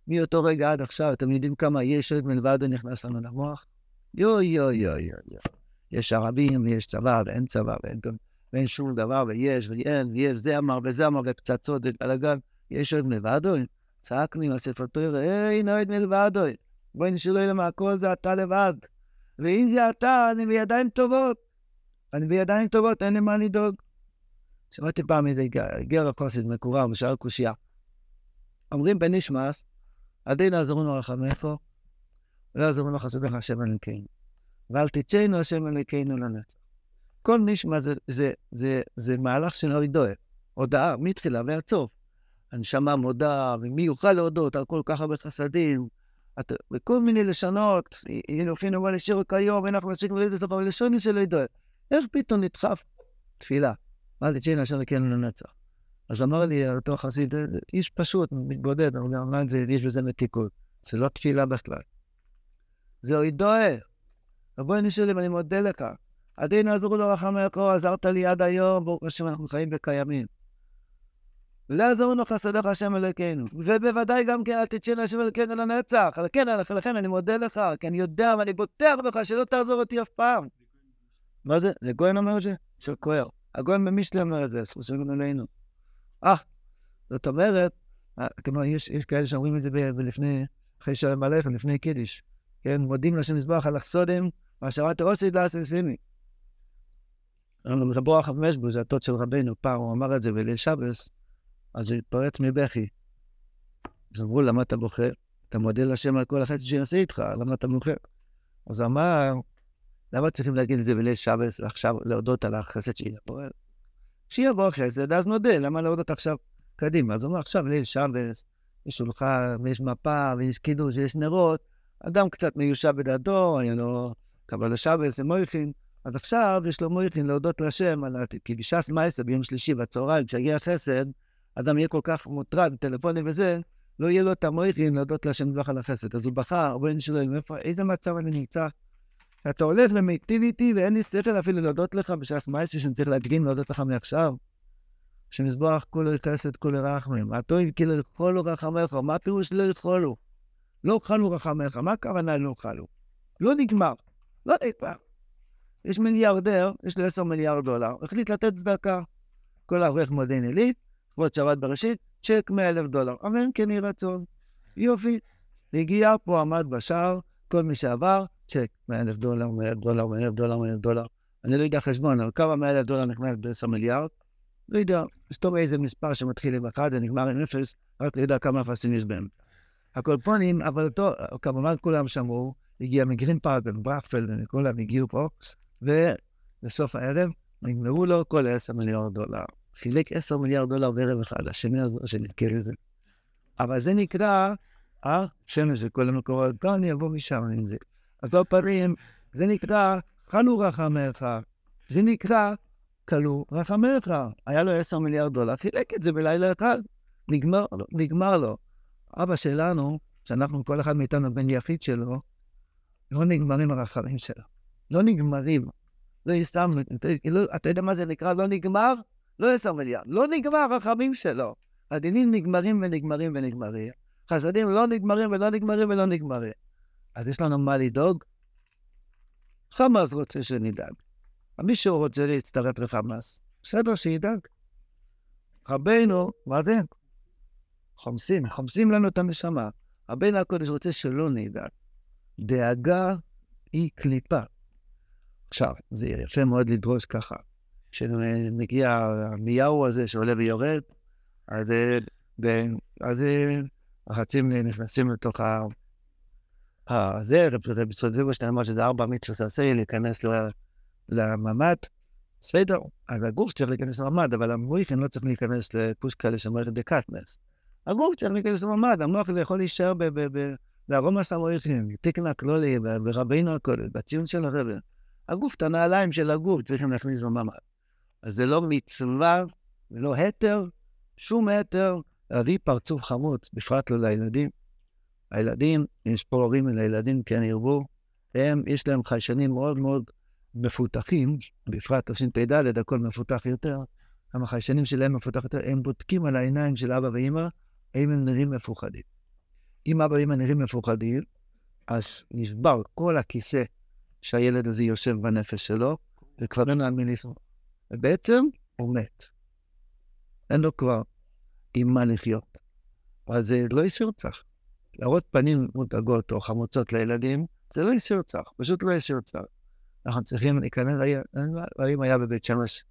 מאותו רגע עד עכשיו, אתם יודעים כמה יש עוד מלבד נכנס לנו למוח? יו. יש ערבים, ויש צבא, ואין צבא, ואין שום דבר, ויש, ויש, זה אמר, וזה אמר, ופצצות, ובלגן. יש עוד מלבדוי? צעקנו עם הספר תורה, אין עוד מלבדוי. בואי נשאלו אלה מהכל, זה אתה לבד. ואם זה אתה, אני בידיים טובות. אין לי מה לדאוג. שמעתי פעם איזה גר הכוסית מקורר, ושאל קושייה. אומרים בנשמס, עדי לעזרונו רחמך, ולא עזרונו חסדך השם אלוקינו. ואל תצאנו השם אלוקינו לנצח. כל נשמה זה מהלך של הודעה, מתחילה ועד סוף. הנשמה מודה, ומי יוכל להודות על כל כך הרבה חסדים, וכל מיני לשונות, אופינו מה לשיר כיום, אנחנו מספיק מלאד את אבל לשוני של הודעה. איך פתאום נדחף תפילה? ואל תצאנו השם אלוקינו לנצח. אז אמר לי אותו חסיד, איש פשוט, מתבודד, אבל גם אמר את זה, יש בזה מתיקות. זה לא תפילה בכלל. זה הודעה. ובואי נשאלים, אני מודה לך. עדי נעזרו לו רחמך, עזרת לי עד היום, ברוך השם אנחנו חיים וקיימים. ולעזרונו חסדך השם אלוקינו. ובוודאי גם כן, אל תצאנו השם אלוקינו לנצח. לכן אני מודה לך, כי אני יודע ואני בוטח בך שלא תעזור אותי אף פעם. מה זה? זה גויין אומר את זה? של כהר. הגויין במשלי אומר את זה, ספוסים עלינו. זאת אומרת, כמו יש כאלה שאומרים את זה לפני, אחרי שלום עליכם, לפני קידיש. כן, מודים לשם מזבח על החסודים, והשארת הרוסית לעשסיני. רבו רחב משבו, זה התות של רבנו, פעם הוא אמר את זה בליל שבס, אז הוא התפרץ מבכי. אז אמרו, למה אתה בוכה? אתה מודה לשם על כל החסד שנעשה איתך, למה אתה בוכה? אז הוא אמר, למה צריכים להגיד את זה בליל שבס, ועכשיו להודות על החסד שיבוא? שיבוא החסד, אז נודה, למה להודות עכשיו קדימה? אז הוא אומר, עכשיו ליל שבס, יש שולחן, ויש מפה, ויש קידוש, ויש נרות, אדם קצת מיושב בדעתו, היה לו קבל השבס, זה מויכין, אז עכשיו יש לו מויכין להודות לשם, כי בשעת מייסה ביום שלישי בצהריים, כשיגיע החסד, אדם יהיה כל כך מוטרד, טלפונים וזה, לא יהיה לו את המויכין להודות לשם דבר על החסד. אז הוא בחר, בואי שלו, איזה מצב אני נמצא? אתה הולך ומיטיב איתי, ואין לי שכל אפילו להודות לך בשעת מייסה, שאני צריך להקדים להודות לך מעכשיו. שמזבח כולו חסד, כולו רחמים. התויב כי לא יכולו רחמך, מה פירוש לא יכולו? לא אוכלו רחמך, מה הכוונה לא אוכלו? לא נגמר. יש מיליארדר, יש לו 10 מיליארד דולר, החליט לתת צדקה. כל אברך מודיעין עילית, כבוד שבת בראשית, צ'ק $100,000. אמן, כן יהי רצון. יופי. הגיע פה, עמד בשער, כל מי שעבר, צ'ק $100,000, $100,000. אני לא יודע חשבון, אבל כמה $100,000 נכנס ב10 מיליארד? לא יודע. סתום איזה מספר שמתחיל עם 1 ונגמר עם 0, רק לא יודע כמה אפסים יש בהם. הקולפונים, אבל אותו, כמובן כולם שמעו, הגיע מגרין פארק וברכפלד, וכולם הגיעו פה, ובסוף הערב נגמרו לו כל $10 מיליארד. חילק $10 מיליארד בערב אחד, השני הזו שנזכר לזה. אבל זה נקרא, שמש וכל המקורות, פה אני אבוא משם עם זה. אז לא פעמים, זה נקרא, חלו רחמך, זה נקרא, כלו רחמך. היה לו $10 מיליארד, חילק את זה בלילה אחד, נגמר לו. אבא שלנו, שאנחנו כל אחד מאיתנו בן יחיד שלו, לא נגמרים הרחמים שלו. לא נגמרים. לא יסתמנו. אתה יודע מה זה נקרא? לא נגמר? לא 10 מיליארד. לא נגמר הרחמים שלו. הדינים נגמרים ונגמרים ונגמרים. חסדים לא נגמרים ולא נגמרים ולא נגמרים. אז יש לנו מה לדאוג? חמאס רוצה שנדאג. מישהו רוצה להצטרף לחמאס. בסדר שידאג. רבינו, מה זה? חומסים לנו את הנשמה. הבן הקודש רוצה שלא נדאג. דאגה היא קליפה. עכשיו, זה יפה מאוד לדרוש ככה. כשמגיע המיהו הזה שעולה ויורד, אז החצים נכנסים לתוך זה, ובצד זה שאתה אמר שזה 4 מצווה עשה להיכנס לממד, בסדר, אז הגוף צריך להיכנס לממד, אבל המויכין לא צריך להיכנס לפושקה לשמרת דקטנס. הגוף צריך להיכנס לממד, המוח יכול להישאר בארומס המויכין, תקנה כלולי, ברבינו הקודש, בציון של הרבי. הגוף, את הנעליים של הגוף צריכים להכניס בממד. אז זה לא מצווה, ולא היתר, שום היתר, להביא פרצוף חמוץ, בפרט לא לילדים. הילדים, יש פה הורים לילדים, כן ירבו, יש להם חיישנים מאוד מאוד מפותחים, בפרט תשפ"ד, הכל מפותח יותר, גם החיישנים שלהם מפותח יותר, הם בודקים על העיניים של אבא ואמא, האם הם נראים מפוחדים. אם אבא ואמא נראים מפוחדים, אז נשבר כל הכיסא שהילד הזה יושב בנפש שלו, וכבר אין על מי לסמוך. ובעצם הוא מת. אין לו כבר עם מה לחיות. אבל זה לא ישרצח. להראות פנים מודאגות או חמוצות לילדים, זה לא ישרצח, פשוט לא ישרצח. אנחנו צריכים להיכנס, אם היה בבית שמש,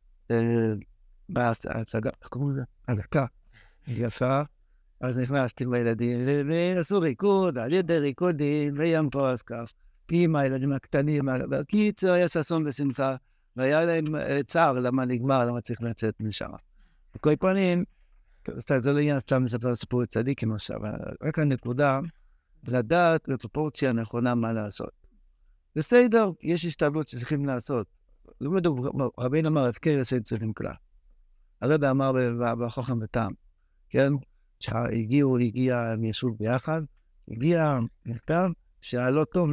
בהצגה, איך קוראים לזה? הדקה, יפה, אז נכנסתי עם הילדים, ועשו ריקוד, על ידי ריקודים, וים פרס כך, עם הילדים הקטנים, בקיצור, היה ששון ושמחה, והיה להם צער למה נגמר, למה צריך לצאת משם. בכל פנים, זה לא עניין סתם לספר סיפור צדיקים עכשיו, רק הנקודה, לדעת בפרופורציה נכונה מה לעשות. בסדר, יש השתבלות שצריכים לעשות. רבינו אמר, הפקר יעשה צריכים כלל. הרבי אמר בחוכם וטעם, כן? שהגיע מישוב ביחד, הגיע מכתב שהלא טוב,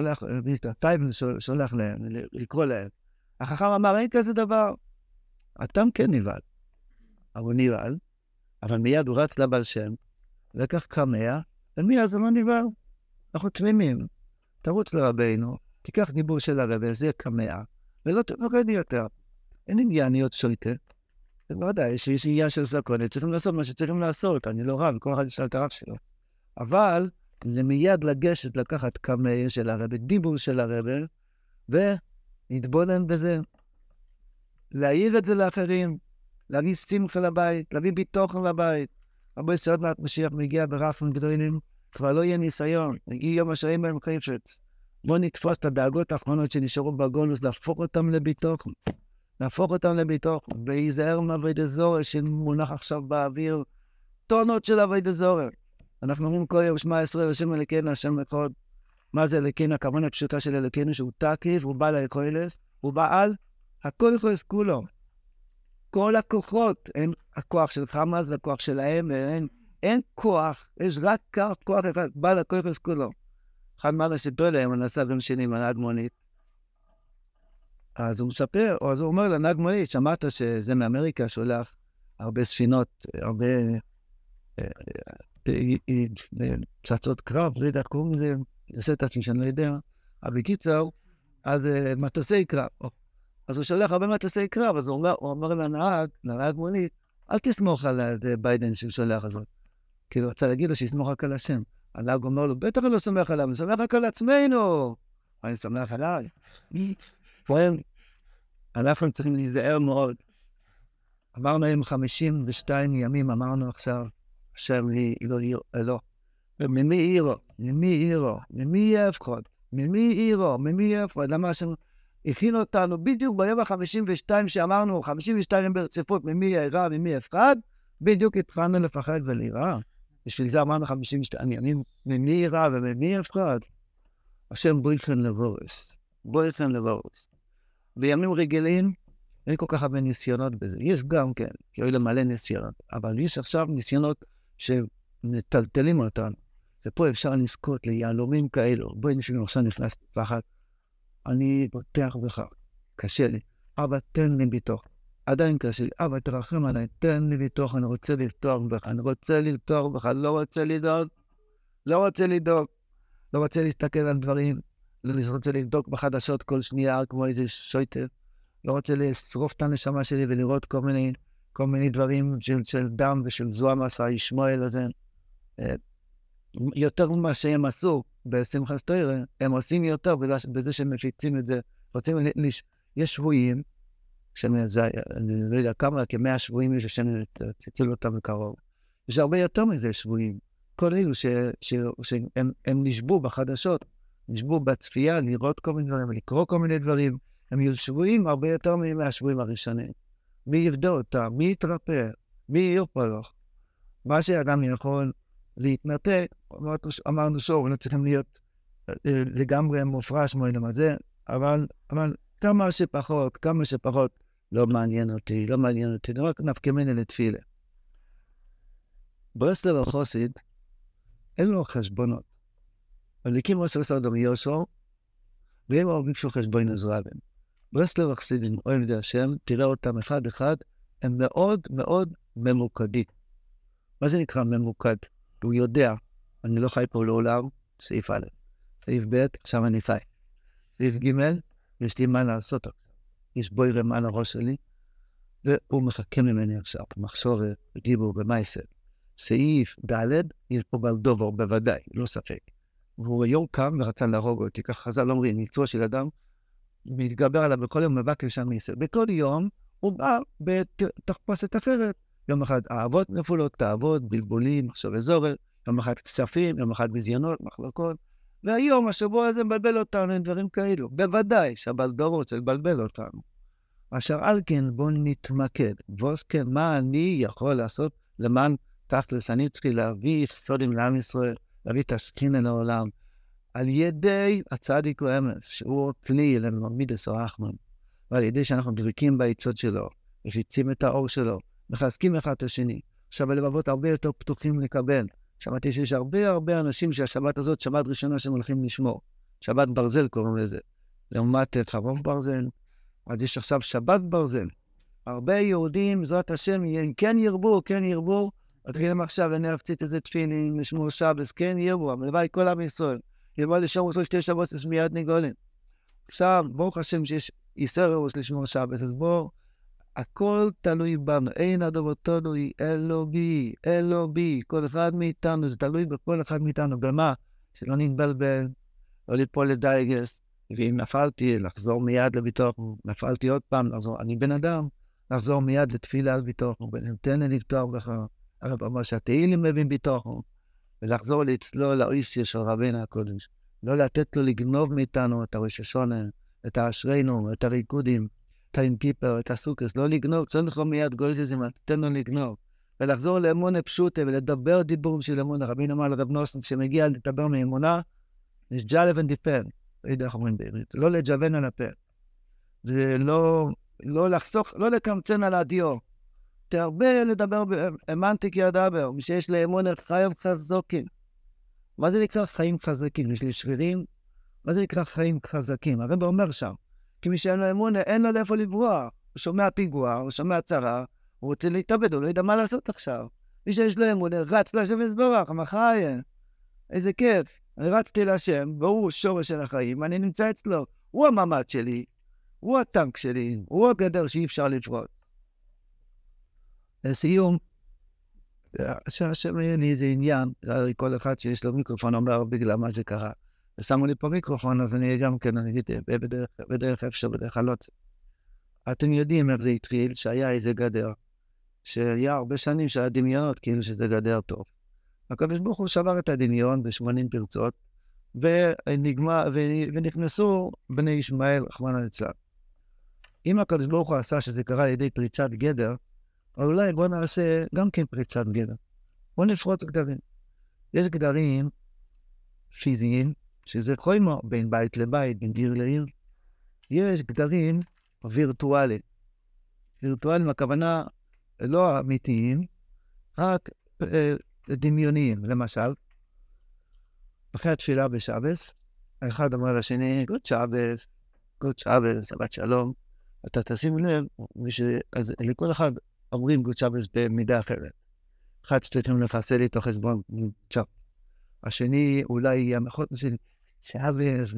שולח להם, לקרוא להם. החכם אמר, אין כזה דבר. אתם כן נבהל. אבל הוא נבהל, אבל מיד הוא רץ לבעל שם, לקח קמע, ומיד זה לא נבהל. אנחנו תמימים. תרוץ לרבינו, תיקח דיבור של הרבי, זה קמע, ולא תורד יותר. אין עניין להיות שויטה. בוודאי, שיש עניין של סקונת, צריכים לעשות מה שצריכים לעשות, אני לא רב, כל אחד ישאל את הרב שלו. אבל, זה מיד לגשת, לקחת קמע של הרבי, דיבור של הרבי, ולהתבונן בזה. להעיר את זה לאחרים, להביא שמחה לבית, להביא ביטחון לבית. הרבה שעוד מעט משיח מגיע ברפים גדולים, כבר לא יהיה ניסיון, הגיע יום השרים בהם חפץ. בוא נתפוס את הדאגות האחרונות שנשארו בגולוס, להפוך אותם לביטחון. להפוך אותם לביטחון, ולהיזהר מעבודת זורע שמונח עכשיו באוויר, טונות של עבודת זורע. אנחנו אומרים כל יום שמע ישראל השם אלוקינו השם אחד. מה זה אלוקינו? הכוונה הפשוטה של אלוקינו שהוא תקיף, הוא בעל היכולת, הוא בעל הכל יכולת כולו. כל הכוחות, אין הכוח של חמאס והכוח שלהם, אין כוח, יש רק כוח אחד, בעל הכל יכולת כולו. אחד מה סיפר להם, הוא נסע גם שני עם הנהג מונית. אז הוא מספר, או אז הוא אומר לנהג מונית, שמעת שזה מאמריקה, שולח הרבה ספינות, הרבה פצצות קרב, לא יודע, קוראים לזה, יעשה את עצמי שאני לא יודע, אבל בקיצור, אז מטוסי קרב. אז הוא שולח הרבה מטוסי קרב, אז הוא אומר לנהג מונית, אל תסמוך על ביידן שהוא שולח הזאת. כאילו, רצה להגיד לו שיסמוך רק על השם. הנהג אומר לו, בטח אני לא סומך עליו, אני סומך רק על עצמנו. אני סומך עליי. אנחנו צריכים להיזהר מאוד. אמרנו עם 52 ימים, אמרנו עכשיו, השם לא. ממי עירו? ממי עירו? ממי יפחד? ממי עירו? ממי יפחד? למה השם הכין אותנו בדיוק ביום ה-52 שאמרנו, 52 ברציפות, ממי ירא, ממי יפחד, בדיוק התחלנו לפחד ולירא. בשביל זה אמרנו 52 ימים, ממי ירא וממי יפחד. השם בריחן לבורס. בריחן לבורס. בימים רגילים, אין כל כך הרבה ניסיונות בזה. יש גם כן, כי היו למלא ניסיונות. אבל יש עכשיו ניסיונות שמטלטלים אותנו. ופה אפשר לזכות ליהלומים כאלו. בואי נשאר עכשיו נכנס לפחד. אני בוטח בך. קשה לי. אבא, תן לי ביטוח. עדיין קשה לי. אבא, תרחם עליי. תן לי ביטוח. אני רוצה לפתוח בך. אני רוצה לפתוח בך. לא רוצה לדאוג. לא רוצה לדאוג. לא רוצה להסתכל על דברים. לא רוצה לבדוק בחדשות כל שנייה כמו איזה שויטר. לא רוצה לשרוף את הנשמה שלי ולראות כל מיני דברים של דם ושל זוהה מסע ישמואל הזה. יותר ממה שהם עשו בשמחת תורה, הם עושים יותר בזה שהם מפיצים את זה. יש שבויים, אני לא יודע כמה, כ100 שבויים יש שאני תציל אותם בקרוב. יש הרבה יותר מזה שבויים. כל אלו שהם נשבו בחדשות, נשבו בצפייה, לראות כל מיני דברים, לקרוא כל מיני דברים. הם יהיו שבויים הרבה יותר מהשבויים הראשונים. מי יבדא אותם? מי יתרפא? מי ירפא? מה שאדם יכול להתנתק, אמרנו שוב, לא צריכים להיות לגמרי מופרש מועדם הזה, אבל כמה שפחות לא מעניין אותי, רק נפקא מינה לתפילה. ברסלב החסיד, אין לו חשבונות. הליקים עושה סודום יושו, והם לא ביקשו חשבון עזרבים. ברסלב החסידים, אוהב ידי השם, תראה אותם אחד אחד, הם מאוד מאוד ממוקדים. מה זה נקרא ממוקד? הוא יודע אני לא חי פה לעולם, סעיף א'. סעיף ב', עכשיו אני חי. סעיף ג', יש לי מה לעשות. יש בוי רמן הראש שלי, והוא מחכה ממני עכשיו, מחשוב וגיבור ומייסר. סעיף ד', יש פה בלדובר, בוודאי, לא ספק. והוא היום קם ורצה להרוג אותי, כך חז"ל אומרים, מקצוע של אדם, מתגבר עליו בכל יום מבקש שם מייסר. בכל יום הוא בא בתחפושת אחרת. יום אחד אהבות נפולות, תאוות, בלבולים, מחשב אזורת, יום אחד כספים, יום אחד בזיונות, מחלוקות. והיום, השבוע הזה מבלבל אותנו עם דברים כאלו. בוודאי שהבלדובר רוצה לבלבל אותנו. אשר על כן, בואו נתמקד. כן, מה אני יכול לעשות למען תכלס? אני צריך להביא סודים לעם ישראל, להביא את השכינה לעולם, על ידי הצדיק האמס, שהוא כלי לממידס או אחמן, ועל ידי שאנחנו דבקים בעצות שלו, מפיצים את האור שלו, מחזקים אחד את השני. עכשיו הלבבות הרבה יותר פתוחים לקבל. שמעתי שיש הרבה אנשים שהשבת הזאת, שבת ראשונה שהם הולכים לשמור. שבת ברזל קוראים לזה. לעומת חרוב ברזל. אז יש עכשיו שבת ברזל. הרבה יהודים, בעזרת השם, כן ירבו, מתחילים עכשיו לנפצית איזה תפילין, לשמור שבס, כן ירבו, אבל לבית כל עם ישראל. ירבו לשמור ישראל 2 שבועות, אז מיד נגולים. עכשיו, ברוך השם שיש יסרוס לשמור שבס, אז בואו, הכל תלוי בנו, אין הדבר תלוי, אלו בי, כל אחד מאיתנו, זה תלוי בכל אחד מאיתנו, במה? שלא נתבלבל, לא ליפול לדייגס, ואם נפלתי, לחזור מיד לביטוח, נפלתי עוד פעם, לחזור, אני בן אדם, לחזור מיד לתפילה על ביטוח, ונתן לי לפתוח בך, הרב אמר שהתהילים מבין ביטוח, ולחזור לצלול לאיש של רבינו הקודש, לא לתת לו לגנוב מאיתנו את הראש השונה, את האשרינו, את הריקודים, את האינקיפר, את הסוכס, לא לגנוב, צריך מיד גולדזים, תן לו לגנוב, ולחזור לאמונה פשוטה, ולדבר דיבור של אמונה. רבינו אמר לרב נוסן, כשמגיע לדבר מאמונה, יש ג'לב ונדיפן, לא יודע איך אומרים בעברית, לא לג'וון על הפה, זה לא לחסוך, לא לקמצן על הדיו, תרבה לדבר באמנטיק ידבר, מי שיש לאמונה חיים חזקים. מה זה נקרא חיים חזקים? יש לי שרירים? מה זה נקרא חיים חזקים? הרב אומר שם, כי מי שאין לו אמונה, אין לו לאיפה לברוח. הוא שומע פיגוע, הוא שומע צרה, הוא רוצה להתאבד, הוא לא יודע מה לעשות עכשיו. מי שיש לו אמונה, רץ להשם יזברך, המחיה. איזה כיף. אני רצתי להשם, והוא שורש של החיים, אני נמצא אצלו. הוא הממד שלי, הוא הטנק שלי, הוא הגדר שאי אפשר לפרוץ. לסיום, שהשם יהיה לי איזה עניין, כל אחד שיש לו מיקרופון אומר בגלל מה שקרה. ושמו לי פה מיקרופון, אז אני גם כן, אני אגיד, בדרך אפשר, בדרך הלוצה. אתם יודעים איך זה התחיל, שהיה איזה גדר, שהיה הרבה שנים שהיה דמיונות, כאילו שזה גדר טוב. הקדוש ברוך הוא שבר את הדמיון ב80 פרצות, ונכנסו בני ישמעאל, רחמנא ליצלן. אם הקדוש ברוך הוא עשה שזה קרה על ידי פריצת גדר, אז אולי בוא נעשה גם כן פריצת גדר. בוא נפרוץ גדרים. יש גדרים פיזיים, שזה חוימו בין בית לבית, בין עיר לעיר. יש גדרים וירטואליים. וירטואליים, הכוונה לא אמיתיים, רק דמיוניים. למשל, אחרי התפילה בשבס, האחד אומר לשני, גוד שבס, שבת שלום. אתה תשים לב, אז לכל אחד אומרים גוד שבס במידה אחרת. אחד שצריכים לחסל איתו חשבון צ'אפ. השני אולי יהיה המחות משלי, שבס,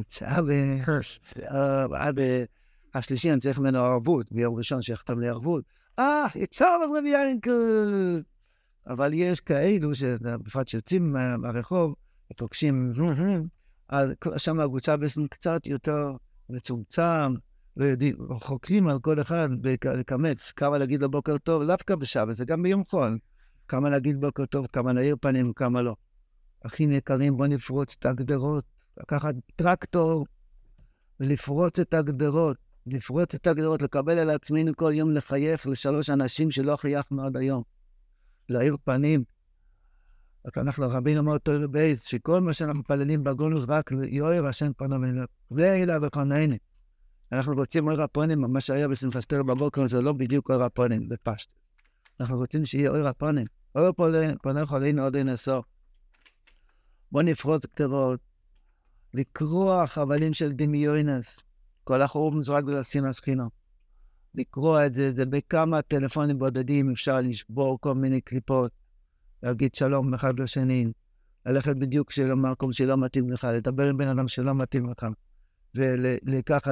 ועד השלישי אני צריך ממנו ערבות, ביום ראשון שיחתם לי ערבות. יצא רבי ינקל. אבל יש כאלו שבפרט שיוצאים מהרחוב, ופוגשים, אז שם הגוד שבס קצת יותר מצומצם, לא יודעים, חוקרים על כל אחד לקמץ, כמה להגיד לו בוקר טוב, דווקא בשבת, זה גם ביום חול, כמה להגיד בוקר טוב, כמה להאיר פנים, כמה לא. אחים יקרים, בוא נפרוץ את הגדרות, לקחת טרקטור ולפרוץ את הגדרות, לקבל על עצמנו כל יום לחייך ל3 אנשים שלא חייכנו עד היום, להאיר פנים. אנחנו רבינו אמר תורה בייס, שכל מה שאנחנו מפללים בגולוס רק יאיר השם פנו מלך, ואלה וחנני. אנחנו רוצים אור הפונים, מה שהיה בשמחת תורה בבוקר זה לא בדיוק אור הפונים, בפשט. אנחנו רוצים שיהיה אור הפונים. אור פונך עלינו עוד אין הסוף. בוא נפרוץ גדרות, לקרוע חבלים של דמיונס, כל החורבן זה רק בגלל שנאת חינם. לקרוע את זה, זה בכמה טלפונים בודדים אפשר לשבור כל מיני קליפות, להגיד שלום אחד לשני, ללכת בדיוק למקום שלא מתאים לך, לדבר עם בן אדם שלא מתאים לך, וככה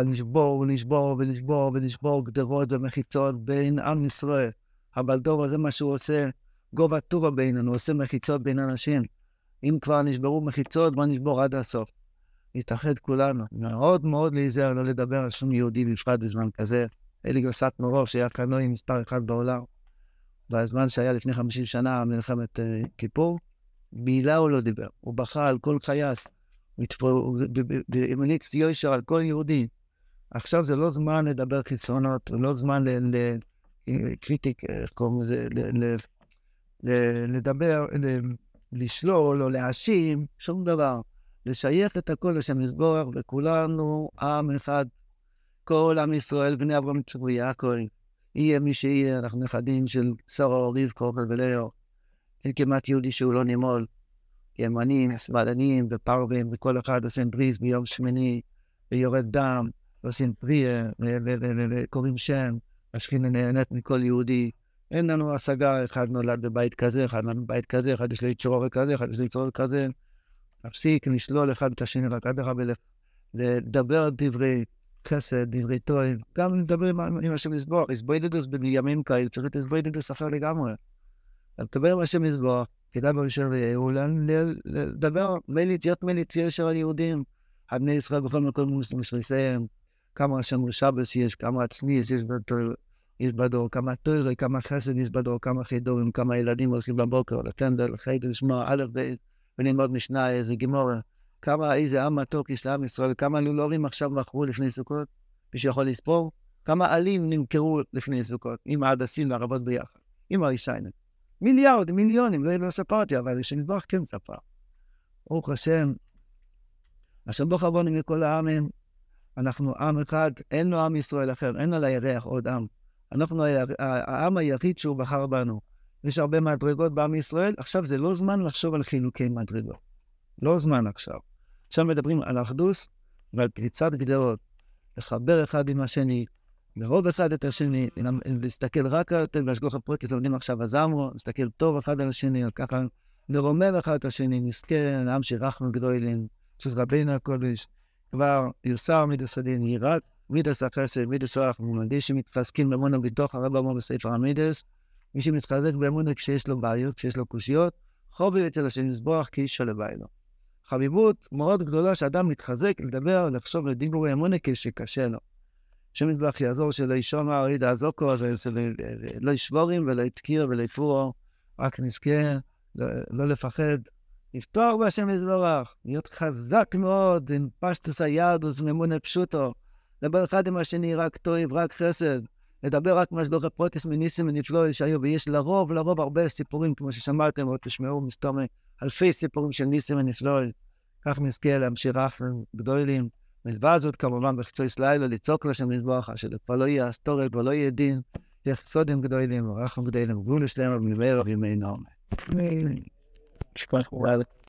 לשבור גדרות ומחיצות בין עם ישראל. הבלדור הזה מה שהוא עושה, גובה טובה בינינו, הוא עושה מחיצות בין אנשים. אם כבר נשברו מחיצות, בוא נשבור עד הסוף. להתאחד כולנו. מאוד מאוד להיזהר, לא לדבר על שום יהודי בפרט בזמן כזה. אלי גרסת מורוב, שהיה קנוי מספר אחד בעולם. בזמן שהיה לפני 50 שנה, מלחמת כיפור, מילה הוא לא דיבר. הוא בכה על כל חייס. הוא המליץ יושר על כל יהודי. עכשיו זה לא זמן לדבר חיסונות, לא זמן לקריטיק, קוראים לזה, לדבר, לשלול או להאשים, שום דבר. לשייך את הכל לשם יזבורך, וכולנו עם אחד, כל עם ישראל, בני אברהם יצחק ויעקב, יהיה מי שיהיה, אנחנו נכדים של שרה, רבקה ולאה. אין כמעט יהודי שהוא לא נימול, ימנים, שמאלנים ופרווים, וכל אחד עושים בריז ביום שמיני, ויורד דם, ועושים פריה, וקוראים שם, השכינה נהנית מכל יהודי. אין לנו השגה, אחד נולד בבית כזה, אחד נולד בבית כזה, אחד יש לו צ'ורר כזה, אחד יש לו צ'ורר כזה. להפסיק, לשלול אחד את השני, רק עד הרב לדבר דברי חסד, דברי טוב, גם לדבר עם השם יזבורך, הסבוידדוס בימים כאלה, צריך את הסבוידדוס אחר לגמרי. לדבר עם השם יזבורך, כדאי בראשון ויהיו, לדבר להיות מליציה של היהודים, הבני ישראל בכל מקום מוסלמים, כמה השם שבס יש, כמה עצמי יש בדור, כמה תורה, כמה חסד יש בדור, כמה חידורים, כמה ילדים הולכים בבוקר, לתנדל, לחיידר, לשמוע, א' ב' וללמוד משנה, איזה גימורה, כמה איזה עם מתוק יש לעם ישראל, כמה לולורים עכשיו מכרו לפני סוכות, מי שיכול לספור, כמה עלים נמכרו לפני סוכות, עם העדסים והרבות ביחד, עם הרישיינס. מיליונים, לא ספרתי, אבל שנדבך כן ספר. ברוך השם, השם ברוך הבנו מכל העמים, אנחנו עם אחד, אין לו עם ישראל אחר, אין על הירח עוד עם. אנחנו העם היחיד שהוא בחר בנו. יש הרבה מדרגות בעם ישראל, עכשיו זה לא זמן לחשוב על חילוקי מדרגות. לא זמן עכשיו. עכשיו מדברים על אחדוס ועל פריצת גדרות. לחבר אחד עם השני, לרוב אחד את השני, להסתכל רק על והשגוח הפרקס, לומדים עכשיו הזמרו, להסתכל טוב אחד על השני, ככה לרומם אחד את השני, נזכה לעם שרחנו גדולים, שוס רבינו הקודש, כבר יוסר מידס הדין, ירק, מידס החסד, מידס רחם, ומדי שמתחזקים באמונה בתוך הרב אמור בספר המידס, מי שמתחזק באמונה כשיש לו בעיות, כשיש לו קושיות, חובי אצל השם יזבורך כאיש של הביינו. חביבות מאוד גדולה שאדם מתחזק לדבר, לחשוב לדיבורי אמונה כשקשה לו. השם יזבורך יעזור שלא ישומע, ריד העזוקו, לא ישבורים ולא יתקיר ולא יפורו, רק נזכה, לא לפחד. לפתוח בהשם יזבורך, להיות חזק מאוד, עם פשטוס היהדוס, אמונה פשוטו, לדבר אחד עם השני, רק טוב, רק חסד, לדבר רק מהשגוח הפרקס מניסים ונפלאות שהיו, ויש לרוב הרבה סיפורים, כמו ששמעתם, או תשמעו מסתומי, אלפי סיפורים של ניסים ונפלאות, כך נזכה להמשיך רחמים גדולים, מלבד זאת כמובן בחצויס לילה, לצעוק לשם יזבורך, שכבר לא יהיה אסתורת, כבר לא יהיה דין, יהיה חסודים גדולים, ורחמים גדולים, גבול שלהם, ובמהרה וימי נעמי.